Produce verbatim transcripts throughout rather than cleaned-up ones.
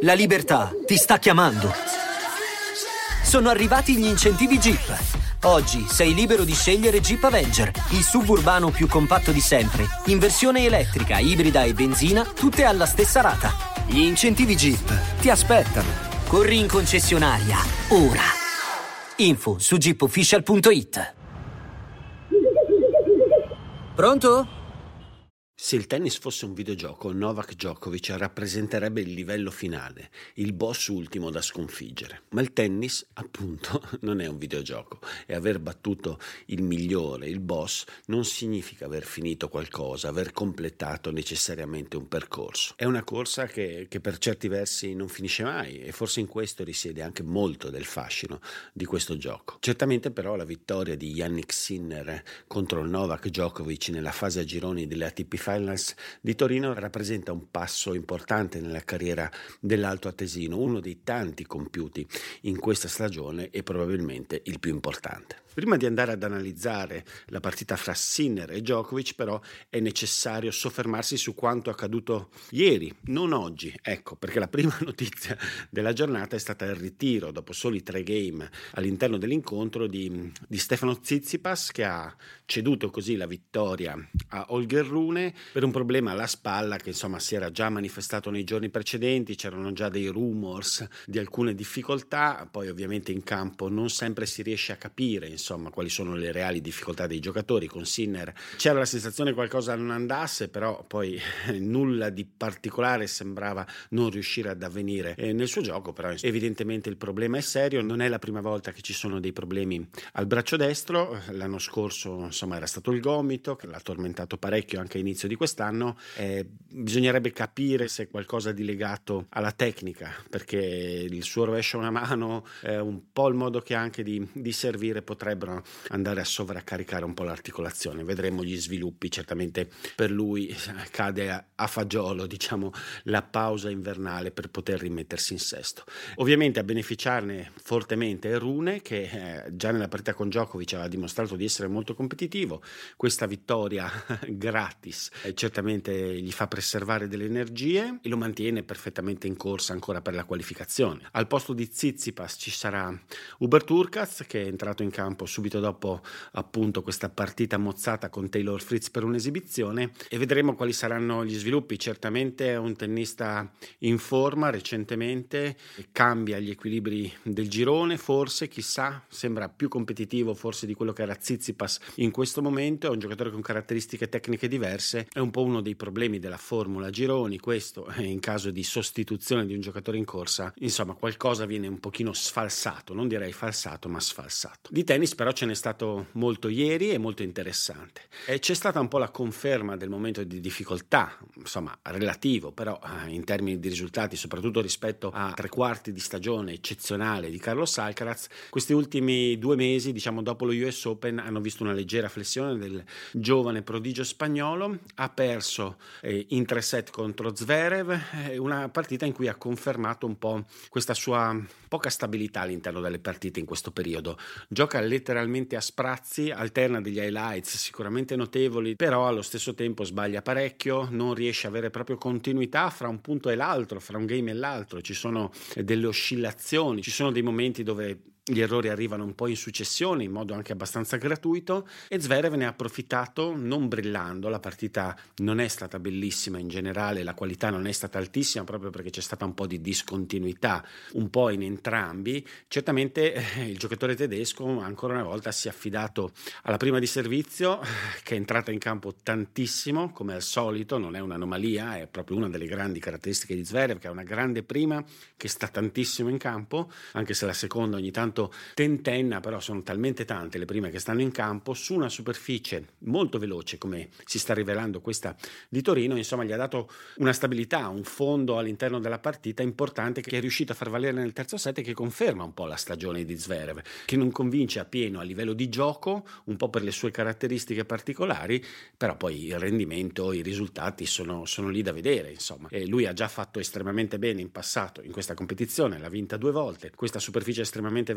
La libertà ti sta chiamando. Sono arrivati gli incentivi Jeep. Oggi sei libero di scegliere Jeep Avenger, il suburbano più compatto di sempre, in versione elettrica, ibrida e benzina, tutte alla stessa rata. Gli incentivi Jeep ti aspettano. Corri in concessionaria, ora. Info su jeep official punto it. Pronto? Se il tennis fosse un videogioco, Novak Djokovic rappresenterebbe il livello finale, il boss ultimo da sconfiggere. Ma il tennis, appunto, non è un videogioco e aver battuto il migliore, il boss, non significa aver finito qualcosa, aver completato necessariamente un percorso. È una corsa che, che per certi versi non finisce mai e forse in questo risiede anche molto del fascino di questo gioco. Certamente però la vittoria di Jannik Sinner contro Novak Djokovic nella fase a gironi delle A T P Finals di Torino rappresenta un passo importante nella carriera dell'alto atesino, uno dei tanti compiuti in questa stagione e probabilmente il più importante. Prima di andare ad analizzare la partita fra Sinner e Djokovic, però, è necessario soffermarsi su quanto accaduto ieri, non oggi. Ecco, perché la prima notizia della giornata è stata il ritiro, dopo soli tre game all'interno dell'incontro, di, di Stefano Tsitsipas, che ha ceduto così la vittoria a Holger Rune per un problema alla spalla che insomma si era già manifestato nei giorni precedenti. C'erano già dei rumors di alcune difficoltà, poi ovviamente in campo non sempre si riesce a capire insomma quali sono le reali difficoltà dei giocatori. Con Sinner c'era la sensazione che qualcosa non andasse, però poi nulla di particolare sembrava non riuscire ad avvenire eh, nel suo gioco. Però evidentemente il problema è serio, non è la prima volta che ci sono dei problemi al braccio destro. L'anno scorso insomma era stato il gomito che l'ha tormentato parecchio anche a inizio di quest'anno. Eh, bisognerebbe capire se è qualcosa di legato alla tecnica, perché il suo rovescio a una mano, eh, un po' il modo che ha anche di, di servire potrebbe andare a sovraccaricare un po' l'articolazione. Vedremo gli sviluppi. Certamente per lui cade a, a fagiolo diciamo la pausa invernale per poter rimettersi in sesto. Ovviamente a beneficiarne fortemente è Rune, che eh, già nella partita con Djokovic aveva dimostrato di essere molto competitivo. Questa vittoria gratis eh, certamente gli fa preservare delle energie e lo mantiene perfettamente in corsa ancora per la qualificazione. Al posto di Tsitsipas ci sarà Hubert Hurkacz, che è entrato in campo subito dopo appunto questa partita mozzata con Taylor Fritz per un'esibizione, e vedremo quali saranno gli sviluppi. Certamente è un tennista in forma recentemente, cambia gli equilibri del girone, forse, chissà, sembra più competitivo forse di quello che era Tsitsipas in questo momento. È un giocatore con caratteristiche tecniche diverse, è un po' uno dei problemi della formula gironi questo, in caso di sostituzione di un giocatore in corsa insomma qualcosa viene un pochino sfalsato, non direi falsato ma sfalsato. Di tennis però ce n'è stato molto ieri e molto interessante, e c'è stata un po' la conferma del momento di difficoltà, insomma relativo però eh, in termini di risultati, soprattutto rispetto a tre quarti di stagione eccezionale di Carlos Alcaraz. Questi ultimi due mesi, diciamo dopo lo U S Open, hanno visto una leggera flessione del giovane prodigio spagnolo. Ha perso eh, in tre set contro Zverev, eh, una partita in cui ha confermato un po' questa sua poca stabilità all'interno delle partite in questo periodo. Gioca letteralmente a sprazzi, alterna degli highlights sicuramente notevoli, però allo stesso tempo sbaglia parecchio, non riesce a avere proprio continuità fra un punto e l'altro, fra un game e l'altro. Ci sono delle oscillazioni, ci sono dei momenti dove gli errori arrivano un po' in successione, in modo anche abbastanza gratuito, e Zverev ne ha approfittato non brillando. La partita non è stata bellissima in generale, la qualità non è stata altissima proprio perché c'è stata un po' di discontinuità un po' in entrambi. Certamente eh, il giocatore tedesco ancora una volta si è affidato alla prima di servizio, che è entrata in campo tantissimo come al solito, non è un'anomalia, è proprio una delle grandi caratteristiche di Zverev, che ha una grande prima che sta tantissimo in campo, anche se la seconda ogni tanto tentenna, però sono talmente tante le prime che stanno in campo su una superficie molto veloce come si sta rivelando questa di Torino. Insomma gli ha dato una stabilità, un fondo all'interno della partita importante, che è riuscito a far valere nel terzo set e che conferma un po' la stagione di Zverev, che non convince appieno a livello di gioco, un po' per le sue caratteristiche particolari, però poi il rendimento, i risultati sono, sono lì da vedere. Insomma, e lui ha già fatto estremamente bene in passato in questa competizione, l'ha vinta due volte, questa superficie estremamente veloce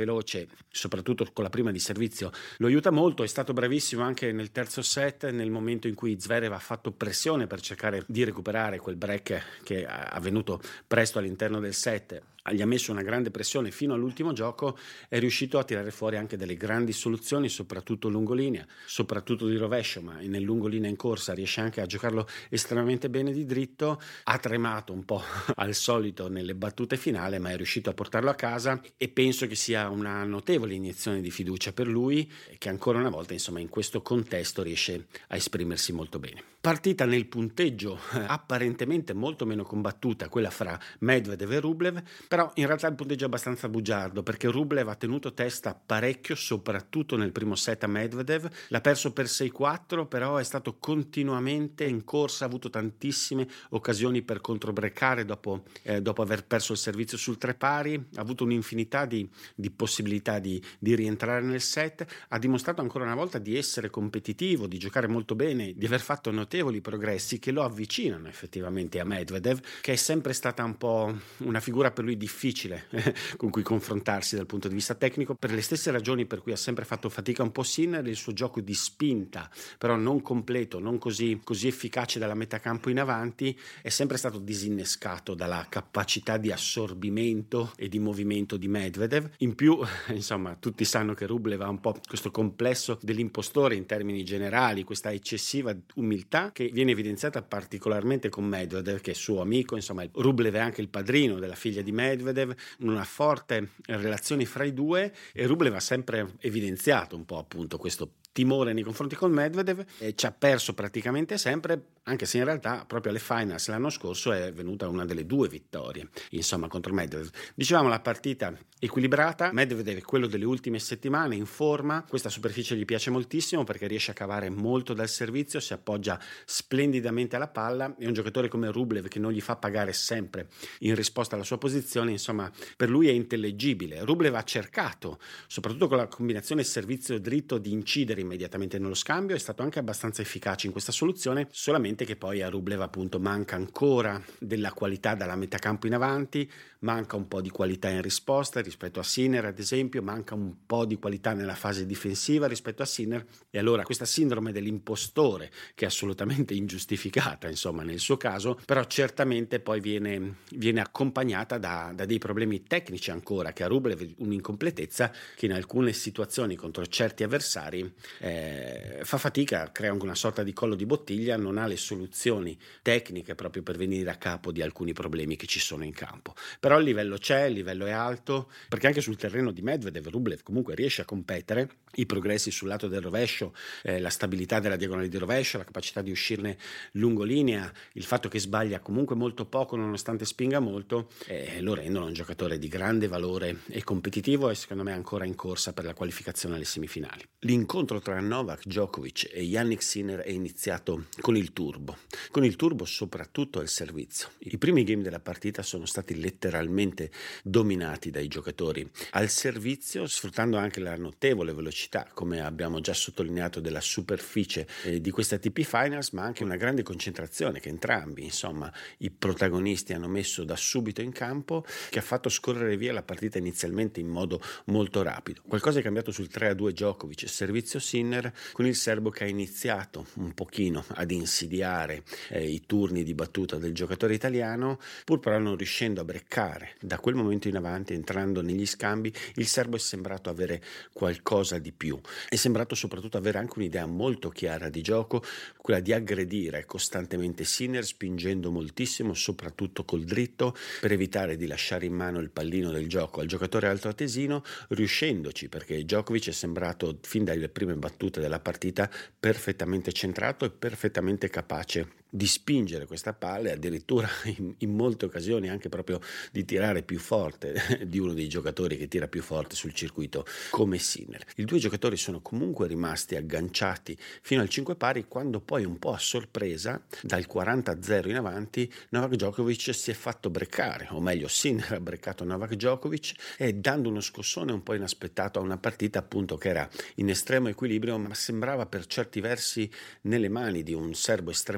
veloce, soprattutto con la prima di servizio, lo aiuta molto. È stato bravissimo anche nel terzo set, nel momento in cui Zverev ha fatto pressione per cercare di recuperare quel break che è avvenuto presto all'interno del set. Gli ha messo una grande pressione fino all'ultimo gioco, è riuscito a tirare fuori anche delle grandi soluzioni, soprattutto lungolinea, soprattutto di rovescio, ma nel lungolinea in corsa riesce anche a giocarlo estremamente bene di dritto. Ha tremato un po' al solito nelle battute finali, ma è riuscito a portarlo a casa, e penso che sia una notevole iniezione di fiducia per lui, che ancora una volta, insomma, in questo contesto riesce a esprimersi molto bene. Partita nel punteggio apparentemente molto meno combattuta, quella fra Medvedev e Rublev, però in realtà il punteggio è abbastanza bugiardo, perché Rublev ha tenuto testa parecchio, soprattutto nel primo set a Medvedev, l'ha perso per sei quattro, però è stato continuamente in corsa, ha avuto tantissime occasioni per controbreccare dopo, eh, dopo aver perso il servizio sul tre pari, ha avuto un'infinità di, di possibilità di, di rientrare nel set, ha dimostrato ancora una volta di essere competitivo, di giocare molto bene, di aver fatto notevoli progressi che lo avvicinano effettivamente a Medvedev, che è sempre stata un po' una figura per lui difficile con cui confrontarsi dal punto di vista tecnico, per le stesse ragioni per cui ha sempre fatto fatica un po' Sinner. Il suo gioco di spinta, però non completo, non così, così efficace dalla metà campo in avanti, è sempre stato disinnescato dalla capacità di assorbimento e di movimento di Medvedev. In più, insomma, tutti sanno che Rublev ha un po' questo complesso dell'impostore in termini generali, questa eccessiva umiltà che viene evidenziata particolarmente con Medvedev, che è suo amico. Insomma, Rublev è anche il padrino della figlia di Medvedev, una forte relazione fra i due, e Rublev ha sempre evidenziato un po' appunto questo timore nei confronti con Medvedev, e ci ha perso praticamente sempre, anche se in realtà proprio alle finals l'anno scorso è venuta una delle due vittorie, insomma, contro Medvedev. Dicevamo, la partita equilibrata, Medvedev è quello delle ultime settimane, in forma, questa superficie gli piace moltissimo perché riesce a cavare molto dal servizio, si appoggia splendidamente alla palla, è un giocatore come Rublev che non gli fa pagare sempre in risposta alla sua posizione, insomma, per lui è intellegibile. Rublev ha cercato, soprattutto con la combinazione servizio dritto, di incidere immediatamente nello scambio, è stato anche abbastanza efficace in questa soluzione, solamente che poi a Rublev appunto manca ancora della qualità dalla metà campo in avanti, manca un po' di qualità in risposta rispetto a Sinner, ad esempio, manca un po' di qualità nella fase difensiva rispetto a Sinner, e allora questa sindrome dell'impostore, che è assolutamente ingiustificata insomma nel suo caso, però certamente poi viene, viene accompagnata da, da dei problemi tecnici ancora, che a Rublev un'incompletezza che in alcune situazioni contro certi avversari Eh, fa fatica, crea anche una sorta di collo di bottiglia, non ha le soluzioni tecniche proprio per venire a capo di alcuni problemi che ci sono in campo. Però il livello c'è, il livello è alto, perché anche sul terreno di Medvedev Rublev comunque riesce a competere. I progressi sul lato del rovescio, eh, la stabilità della diagonale di rovescio, la capacità di uscirne lungolinea, il fatto che sbaglia comunque molto poco nonostante spinga molto, eh, lo rendono un giocatore di grande valore e competitivo, e secondo me ancora in corsa per la qualificazione alle semifinali. L'incontro tra Novak Djokovic e Jannik Sinner è iniziato con il turbo, con il turbo soprattutto al servizio. I primi game della partita sono stati letteralmente dominati dai giocatori al servizio, sfruttando anche la notevole velocità, come abbiamo già sottolineato, della superficie eh, di questa A T P Finals, ma anche una grande concentrazione che entrambi, insomma, i protagonisti hanno messo da subito in campo, che ha fatto scorrere via la partita inizialmente in modo molto rapido. Qualcosa è cambiato sul tre a due Djokovic, servizio Sinner, con il serbo che ha iniziato un pochino ad insidiare eh, i turni di battuta del giocatore italiano, pur però non riuscendo a breccare. Da quel momento in avanti, entrando negli scambi, il serbo è sembrato avere qualcosa di più, è sembrato soprattutto avere anche un'idea molto chiara di gioco, quella di aggredire costantemente Sinner, spingendo moltissimo, soprattutto col dritto, per evitare di lasciare in mano il pallino del gioco al giocatore altoatesino, riuscendoci, perché Djokovic è sembrato fin dalle prime battute della partita perfettamente centrato e perfettamente capace di spingere questa palla, e addirittura in, in molte occasioni anche proprio di tirare più forte di uno dei giocatori che tira più forte sul circuito come Sinner. I due giocatori sono comunque rimasti agganciati fino al cinque pari, quando poi un po' a sorpresa dal quaranta a zero in avanti Novak Djokovic si è fatto breccare, o meglio Sinner ha breccato Novak Djokovic, e dando uno scossone un po' inaspettato a una partita appunto che era in estremo equilibrio, ma sembrava per certi versi nelle mani di un serbo estremamente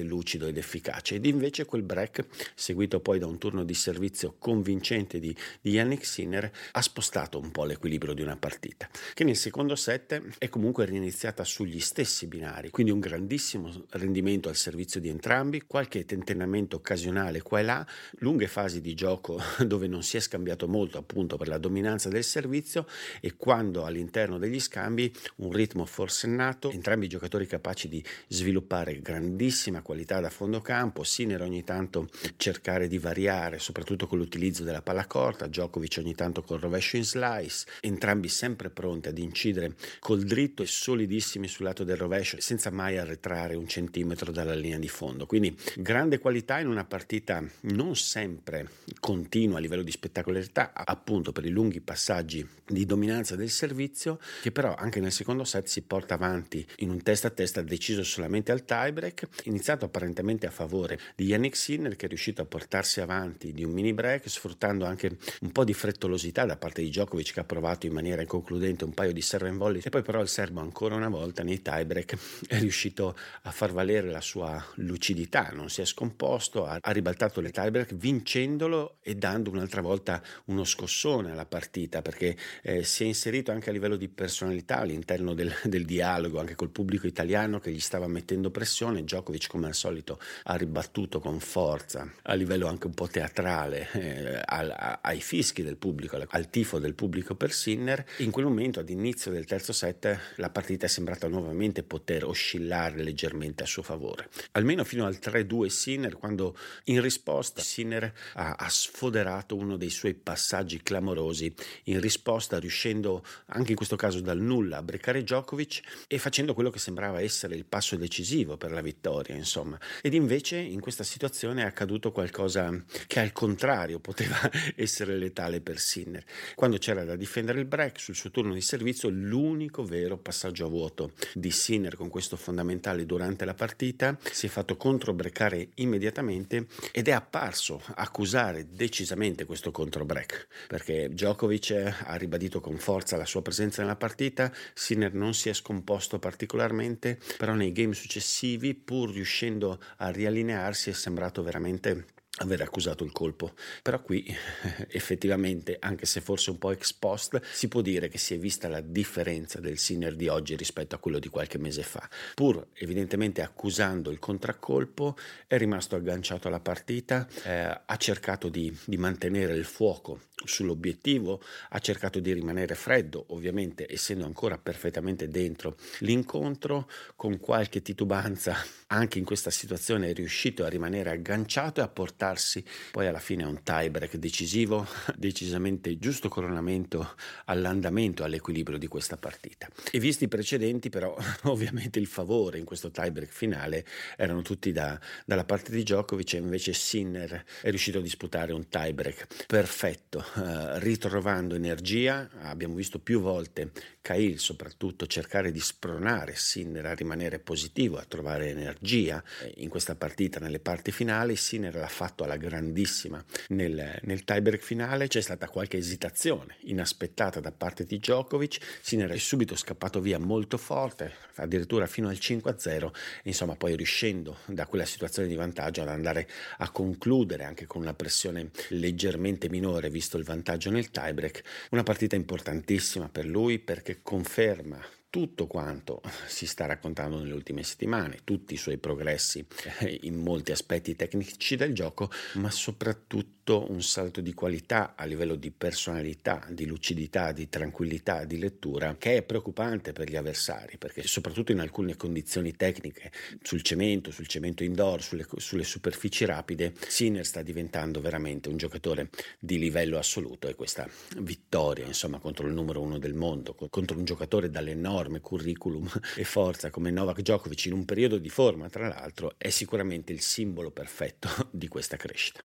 lucido ed efficace. Ed invece quel break, seguito poi da un turno di servizio convincente di, di Jannik Sinner, ha spostato un po' l'equilibrio di una partita, che nel secondo set è comunque riniziata sugli stessi binari, quindi un grandissimo rendimento al servizio di entrambi, qualche tentennamento occasionale qua e là, lunghe fasi di gioco dove non si è scambiato molto appunto per la dominanza del servizio, e quando all'interno degli scambi un ritmo forsennato, entrambi i giocatori capaci di sviluppare grandissima qualità da fondo campo, Sinner ogni tanto cercare di variare soprattutto con l'utilizzo della palla corta, Djokovic ogni tanto col rovescio in slice, entrambi sempre pronti ad incidere col dritto e solidissimi sul lato del rovescio senza mai arretrare un centimetro dalla linea di fondo. Quindi grande qualità in una partita non sempre continua a livello di spettacolarità, appunto per i lunghi passaggi di dominanza del servizio, che però anche nel secondo set si porta avanti in un testa a testa deciso solamente al tiebreak, iniziato apparentemente a favore di Jannik Sinner, che è riuscito a portarsi avanti di un mini break sfruttando anche un po' di frettolosità da parte di Djokovic, che ha provato in maniera inconcludente un paio di serve and volley, e poi però il serbo ancora una volta nei tiebreak è riuscito a far valere la sua lucidità, non si è scomposto, ha, ha ribaltato le tiebreak vincendolo e dando un'altra volta uno scossone alla partita, perché eh, si è inserito anche a livello di personalità all'interno del, del dialogo anche col pubblico italiano che gli stava mettendo pressione. Djokovic come al solito ha ribattuto con forza a livello anche un po' teatrale eh, al, a, ai fischi del pubblico, al, al tifo del pubblico per Sinner. In quel momento, ad inizio del terzo set, la partita è sembrata nuovamente poter oscillare leggermente a suo favore, almeno fino al tre due Sinner, quando in risposta Sinner ha, ha sfoderato uno dei suoi passaggi clamorosi in risposta, riuscendo anche in questo caso dal nulla a breccare Djokovic e facendo quello che sembrava essere il passo decisivo per la vittoria, insomma. Ed invece in questa situazione è accaduto qualcosa che al contrario poteva essere letale per Sinner. Quando c'era da difendere il break sul suo turno di servizio, l'unico vero passaggio a vuoto di Sinner con questo fondamentale durante la partita, si è fatto controbreccare immediatamente ed è apparso accusare decisamente questo controbreak, perché Djokovic ha ribadito con forza la sua presenza nella partita, Sinner non si è scomposto particolarmente, però nei game successivi, pur riuscendo a riallinearsi, è sembrato veramente aver accusato il colpo. Però qui effettivamente, anche se forse un po' ex post, si può dire che si è vista la differenza del Sinner di oggi rispetto a quello di qualche mese fa. Pur evidentemente accusando il contraccolpo, è rimasto agganciato alla partita, eh, ha cercato di, di mantenere il fuoco sull'obiettivo, ha cercato di rimanere freddo, ovviamente essendo ancora perfettamente dentro l'incontro, con qualche titubanza anche in questa situazione è riuscito a rimanere agganciato e a portarsi poi alla fine a un tiebreak decisivo, decisamente giusto coronamento all'andamento, all'equilibrio di questa partita. E visti i precedenti, però ovviamente il favore in questo tiebreak finale erano tutti da, dalla parte di Djokovic, e invece Sinner è riuscito a disputare un tiebreak perfetto, eh, ritrovando energia. Abbiamo visto più volte Cahill soprattutto cercare di spronare Sinner a rimanere positivo, a trovare energia in questa partita nelle parti finali. Sinner l'ha fatto alla grandissima nel, nel tiebreak finale, c'è stata qualche esitazione inaspettata da parte di Djokovic, Sinner è subito scappato via molto forte, addirittura fino al cinque a zero, insomma poi riuscendo da quella situazione di vantaggio ad andare a concludere anche con una pressione leggermente minore visto il vantaggio nel tiebreak. Una partita importantissima per lui, perché conferma tutto quanto si sta raccontando nelle ultime settimane, tutti i suoi progressi in molti aspetti tecnici del gioco, ma soprattutto un salto di qualità a livello di personalità, di lucidità, di tranquillità, di lettura, che è preoccupante per gli avversari, perché soprattutto in alcune condizioni tecniche, sul cemento, sul cemento indoor, sulle, sulle superfici rapide, Sinner sta diventando veramente un giocatore di livello assoluto, e questa vittoria, insomma, contro il numero uno del mondo, contro un giocatore dall'enorme curriculum e forza come Novak Djokovic in un periodo di forma, tra l'altro, è sicuramente il simbolo perfetto di questa crescita.